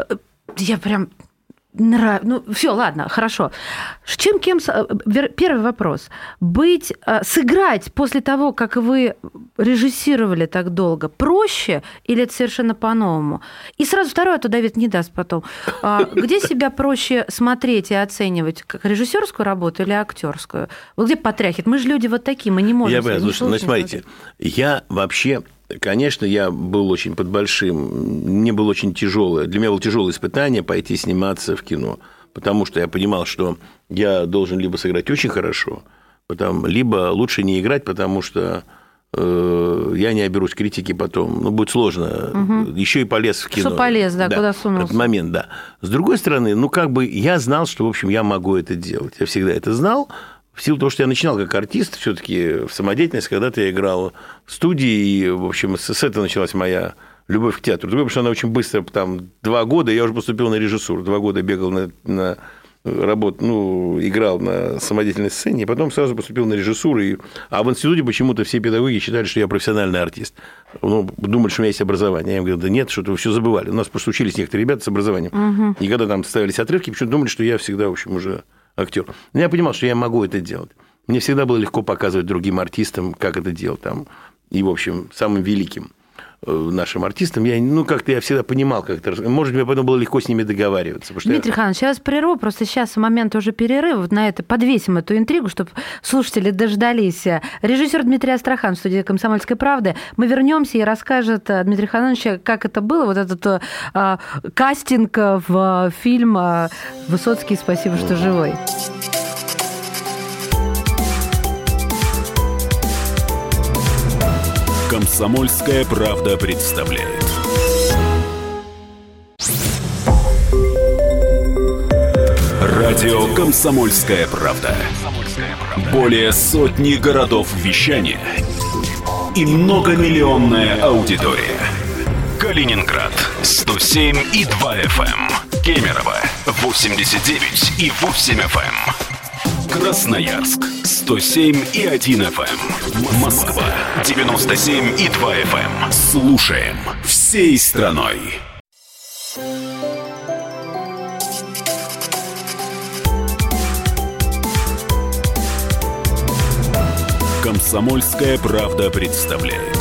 Я прям... Нрав... Ну, все, ладно, хорошо. С чем, кем... Первый вопрос. Быть, сыграть после того, как вы режиссировали так долго, проще или это совершенно по-новому? И сразу второе, а то Давид не даст потом. Где себя проще смотреть и оценивать? Как режиссерскую работу или актерскую? Вот где потряхивает? Мы же люди вот такие, мы не можем... Я понимаю, слушайте, ну, смотрите, я вообще... Конечно, я был очень под большим, мне было очень тяжелое, для меня было тяжелое испытание пойти сниматься в кино, потому что я понимал, что я должен либо сыграть очень хорошо, потом, либо лучше не играть, потому что я не оберусь критики потом, ну, будет сложно. Угу. Еще и полез в кино. Что полез, да, да, куда сунулся. Этот момент, да. С другой стороны, ну, как бы я знал, что, в общем, я могу это делать. Я всегда это знал. В силу того, что я начинал как артист, все-таки в самодеятельности, когда-то я играл в студии, и, в общем, с этого началась моя любовь к театру. Другое, потому что она очень быстро, там, два года, я уже поступил на режиссуру, два года бегал на, на работу, ну, играл на самодеятельной сцене, и потом сразу поступил на режиссуру. И... А в институте почему-то все педагоги считали, что я профессиональный артист. Ну, думали, что у меня есть образование. Я им говорю, да нет, что-то вы все забывали. У нас просто учились некоторые ребята с образованием. Угу. И когда там ставились отрывки, почему-то думали, что я всегда, в общем, уже актер. Но я понимал, что я могу это делать. Мне всегда было легко показывать другим артистам, как это делать. Там. И, в общем, самым великим нашим артистам, я, ну, как-то я всегда понимал, как это... Может, мне потом было легко с ними договариваться. Дмитрий я... Ханович, я вас прерву, просто сейчас в момент уже перерыва, вот на это подвесим эту интригу, чтобы слушатели дождались. Режиссер Дмитрий Астрахан в студии «Комсомольской правды». Мы вернемся и расскажет Дмитрий Ханович, как это было, вот этот а, кастинг в фильм «Высоцкий, спасибо, что живой». «Комсомольская правда» представляет. Радио «Комсомольская правда». Более сотни городов вещания и многомиллионная аудитория. Калининград сто семь и два эф эм, Кемерово восемьдесят девять и восемь эф эм. Красноярск сто семь и один эф эм. Москва девяносто семь и два эф эм. Слушаем всей страной. «Комсомольская правда» представляет.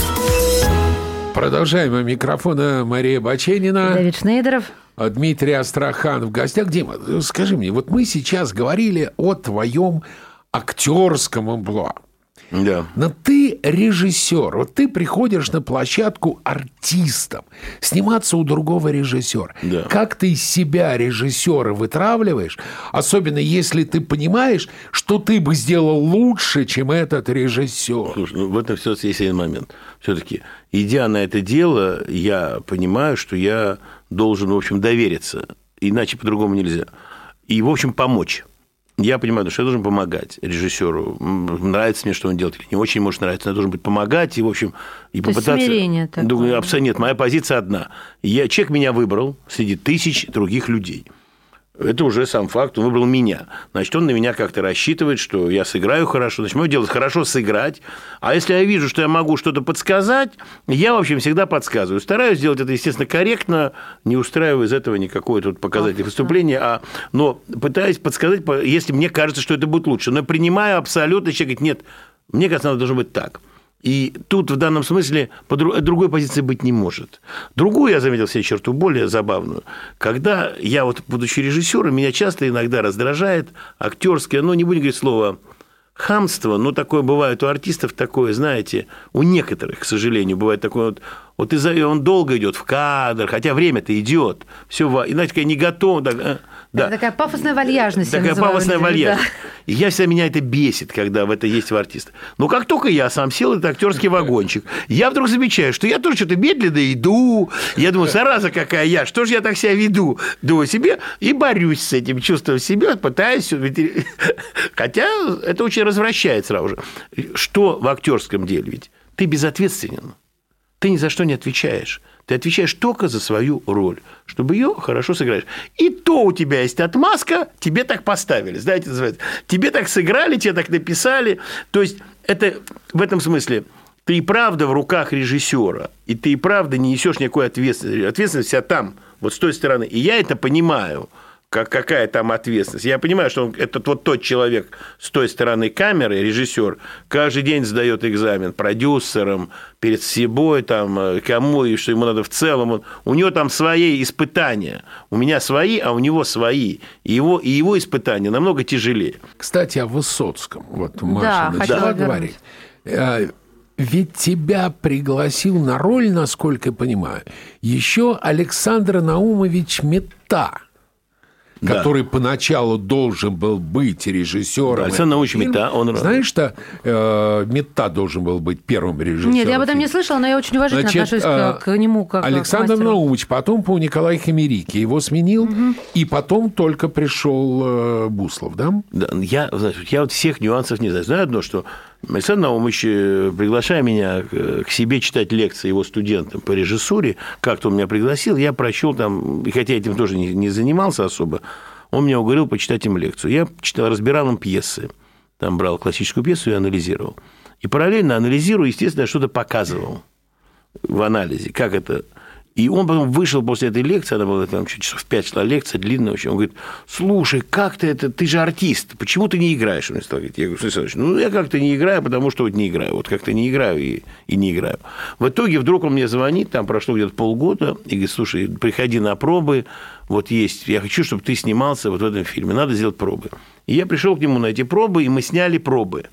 Продолжаем. У микрофона Мария Баченина. Давид Шнейдеров. Дмитрий Астрахан в гостях. Дима, скажи мне, вот мы сейчас говорили о твоем актерском амплуа. Да. Но ты режиссер. Вот ты приходишь на площадку артистом, сниматься у другого режиссера. Да. Как ты из себя режиссера вытравливаешь, особенно если ты понимаешь, что ты бы сделал лучше, чем этот режиссер? Слушай, ну в этом все есть один момент. Все-таки, идя на это дело, я понимаю, что я должен, в общем, довериться. Иначе по-другому нельзя. И, в общем, помочь. Я понимаю, что я должен помогать режиссеру. Нравится мне, что он делает, или не очень может нравиться. Я должен быть помогать и, в общем, и то попытаться... смирение такое. Абсолютно нет. Моя позиция одна. Я... Человек меня выбрал среди тысяч других людей. Это уже сам факт, он выбрал меня. Значит, он на меня как-то рассчитывает, что я сыграю хорошо. Значит, мое дело хорошо сыграть. А если я вижу, что я могу что-то подсказать, я, в общем, всегда подсказываю. Стараюсь сделать это, естественно, корректно, не устраивая из этого никакое тут показательное выступление, а, но пытаюсь подсказать, если мне кажется, что это будет лучше. Но принимаю абсолютно, человек говорит, нет, мне кажется, оно должно быть так. И тут в данном смысле другой позиции быть не может. Другую я заметил себе черту более забавную. Когда я, вот, будучи режиссером, меня часто иногда раздражает актерское, ну, не будем говорить слово хамство, но такое бывает у артистов, такое, знаете, у некоторых, к сожалению, бывает такое вот, вот он долго идет в кадр, хотя время-то идет, все, и, знаете, я не готов. Да, да. Такая пафосная вальяжность. Такая пафосная вальяжность. Да. И я всегда, меня это бесит, когда в это есть в артистах. Но как только я сам сел, это актерский вагончик, я вдруг замечаю, что я тоже что-то медленно иду. Я думаю, зараза какая я, что же я так себя веду? Думаю себе и борюсь с этим чувством себя, пытаюсь. Хотя это очень развращает сразу же. Что в актерском деле ведь? Ты безответственен. Ты ни за что не отвечаешь. Ты отвечаешь только за свою роль, чтобы ее хорошо сыграть. И то у тебя есть отмазка, тебе так поставили. Знаете, называется. Тебе так сыграли, тебе так написали. То есть, это в этом смысле ты и правда в руках режиссера, и ты и правда не несешь никакой ответственности. Ответственность вся там, вот с той стороны. И я это понимаю. Как, какая там ответственность. Я понимаю, что он, этот вот тот человек с той стороны камеры, режиссер, каждый день сдает экзамен продюсерам, перед собой, там, кому и что ему надо в целом. Он, у него там свои испытания. У меня свои, а у него свои. И его, и его испытания намного тяжелее. Кстати, о Высоцком. Вот Маша да, начала говорить. Ведь тебя пригласил на роль, насколько я понимаю, еще Александр Наумович Мета. Да. который поначалу должен был быть режиссером. Да, Александр Наумович Митта. Он... Знаешь, что э, Митта должен был быть первым режиссером? Нет, я об этом не слышала, но я очень уважительно Значит, отношусь к, к нему как Александр к мастеру. Наумович потом по Николай Хомерики его сменил, угу. и потом только пришел э, Буслов, да? Да, я, знаешь, я вот всех нюансов не знаю. Знаю одно, что Александр Наумович, приглашая меня к себе читать лекции его студентам по режиссуре, как-то он меня пригласил, я прочел там, и хотя этим тоже не, не занимался особо, он меня уговорил почитать им лекцию. Я читал, разбирал им пьесы, там брал классическую пьесу и анализировал. И параллельно анализируя, естественно, я что-то показывал в анализе, как это... И он потом вышел после этой лекции, она была там часов пять шла лекция, длинная очень, он говорит, слушай, как ты это, ты же артист, почему ты не играешь? Он мне стал говорить, я говорю, Александр Ильич, ну, я как-то не играю, потому что вот не играю, вот как-то не играю и, и не играю. В итоге вдруг он мне звонит, там прошло где-то полгода, и говорит, слушай, приходи на пробы, вот есть, я хочу, чтобы ты снимался вот в этом фильме, надо сделать пробы. И я пришел к нему на эти пробы, и мы сняли пробы.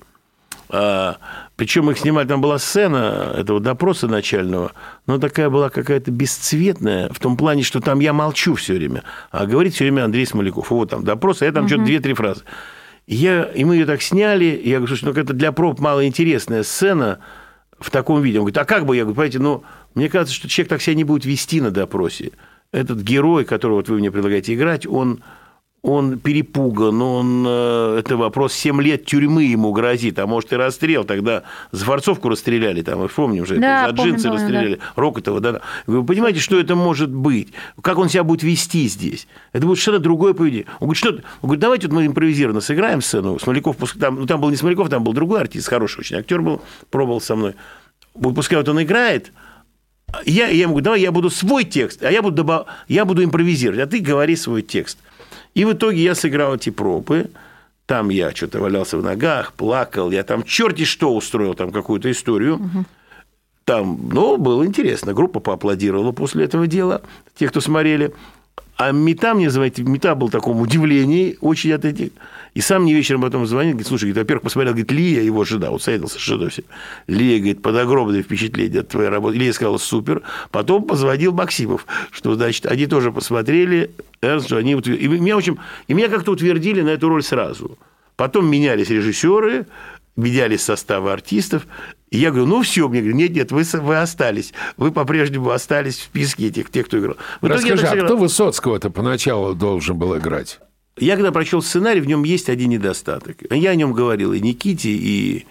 А, причем их снимали, там была сцена этого допроса начального, но такая была какая-то бесцветная, в том плане, что там я молчу все время, а говорит все время Андрей Смоляков. Вот там допрос, а я там угу. что-то две-три фразы. И, я, и мы ее так сняли, и я говорю, слушай, ну это для проб малоинтересная сцена в таком виде. Он говорит, а как бы, я говорю, понимаете, ну, мне кажется, что человек так себя не будет вести на допросе. Этот герой, которого вот вы мне предлагаете играть, он... Он перепуган, он, это вопрос, семь лет тюрьмы ему грозит, а может и расстрел. Тогда за форцовку расстреляли, там, мы помним же, да, это, за джинсы помню, расстреляли, да. Рокотова. Да. Вы понимаете, что это может быть? Как он себя будет вести здесь? Это будет что-то другое поведение. Он говорит, что он говорит, давайте вот мы импровизированно сыграем сцену. Смоляков, там, ну, там был не Смоляков, там был другой артист, хороший очень актер был, пробовал со мной. Пускай вот он играет, я, я ему говорю, давай я буду свой текст, а я буду, добав... я буду импровизировать, а ты говори свой текст. И в итоге я сыграл эти пробы, там я что-то валялся в ногах, плакал, я там черти что устроил, там какую-то историю. Угу. Там, ну, было интересно, группа поаплодировала после этого дела, те, кто смотрели. А Митта мне звонит, Митта был в таком удивлении очень от этих. И сам мне вечером потом звонит, говорит, слушай, говорит, во-первых, посмотрел, говорит, Лия, его жена, вот советовался с женой. Лия, говорит, под огромное впечатление от твоей работы. Лия сказала, супер. Потом позвонил Максимов, что, значит, они тоже посмотрели, что они... И меня, в общем, и меня как-то утвердили на эту роль сразу. Потом менялись режиссеры, менялись составы артистов. И я говорю, ну все, мне говорят, нет, нет, вы, вы остались, вы по-прежнему остались в списке этих, тех, кто играл. В Расскажи, а кто Высоцкого-то поначалу должен был играть? Я когда прочел сценарий, в нем есть один недостаток. Я о нем говорил и Никите, и...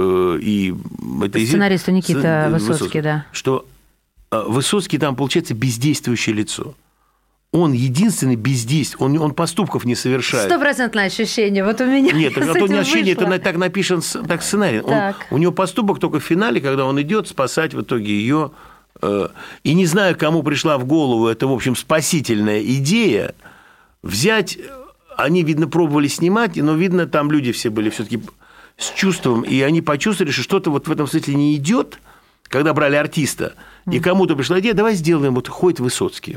и это сценаристу Никита Высоцкий, Высоцкий, да. Что Высоцкий там, получается, бездействующее лицо. Он единственный бездействие, он, он поступков не совершает. Стопроцентное ощущение, вот у меня. Нет, это не ощущение, это так написан так сценарий. Так. Он, у него поступок только в финале, когда он идет спасать в итоге ее. Э, и не знаю, кому пришла в голову эта, в общем, спасительная идея взять. Они, видно, пробовали снимать, но, видно, там люди все были все-таки с чувством, и они почувствовали, что что-то вот в этом смысле не идет, когда брали артиста, mm. и кому-то пришла идея, давай сделаем, вот ходит Высоцкий.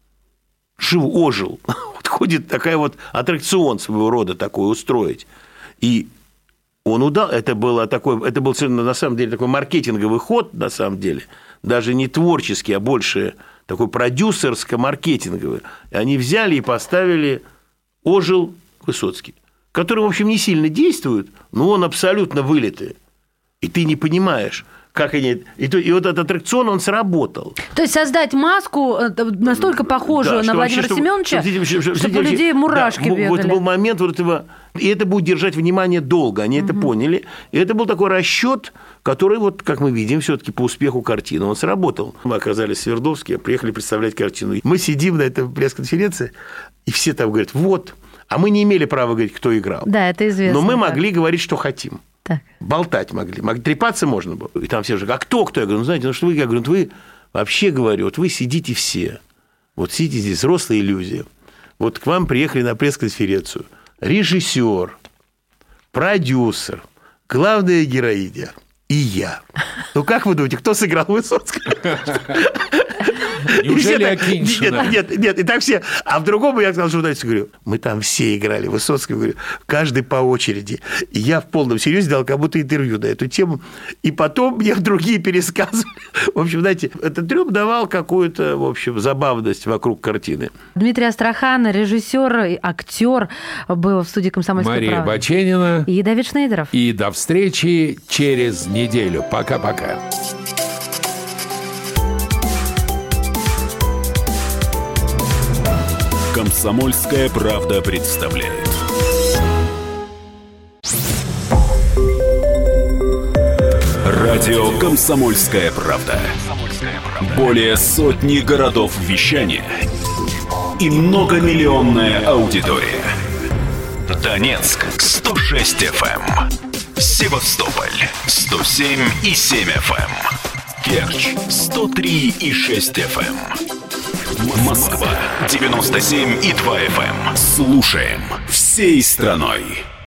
Жив, ожил. Вот ходит такая вот аттракцион своего рода такой устроить. И он удал. Это было такой, это был на самом деле такой маркетинговый ход, на самом деле. Даже не творческий, а больше такой продюсерско-маркетинговый. И они взяли и поставили ожил Высоцкий, который, в общем, не сильно действует, но он абсолютно вылитый. И ты не понимаешь, как они... И, то, и вот этот аттракцион, он сработал. То есть создать маску настолько похожую да, на Владимира вообще, Семеновича, чтобы, чтобы, чтобы, чтобы у людей мурашки да, бегали. Вот был момент вот этого... И это будет держать внимание долго. Они угу. это поняли. И это был такой расчет, который, вот, как мы видим, все-таки по успеху картины, он сработал. Мы оказались в Свердловске, приехали представлять картину. Мы сидим на этой пресс-конференции, и все там говорят, вот. А мы не имели права говорить, кто играл. Да, это известно. Но мы да. могли говорить, что хотим. Так. Болтать могли. могли. Трепаться можно было. И там все же, а кто, кто? Я говорю, ну, знаете, ну что вы, я говорю, вы вообще, говорю, вот вы сидите все. Вот сидите здесь, взрослые люди. Вот к вам приехали на пресс-конференцию. Режиссер, продюсер, главная героиня и я. Ну, как вы думаете, кто сыграл Высоцкого? Неужели И все так- Акиньшина? Нет, нет, нет, и так все. А в другом я сказал журналисту, говорю, мы там все играли, Высоцкий, говорю, каждый по очереди. И я в полном серьезе дал как будто интервью на эту тему. И потом мне другие пересказывали. В общем, знаете, этот трёп давал какую-то, в общем, забавность вокруг картины. Дмитрий Астрахан, режиссер и актер, был в студии «Комсомольской Мария правды». Баченина. И Давид Шнейдеров. И до встречи через неделю. Пока-пока. «Комсомольская правда» представляет. Радио «Комсомольская правда». Более сотни городов вещания и многомиллионная аудитория. Донецк сто шесть эф эм, Севастополь сто семь и семь эф эм, Керчь сто три и шесть эф эм, Москва девяносто семь и два эф эм. Слушаем всей страной.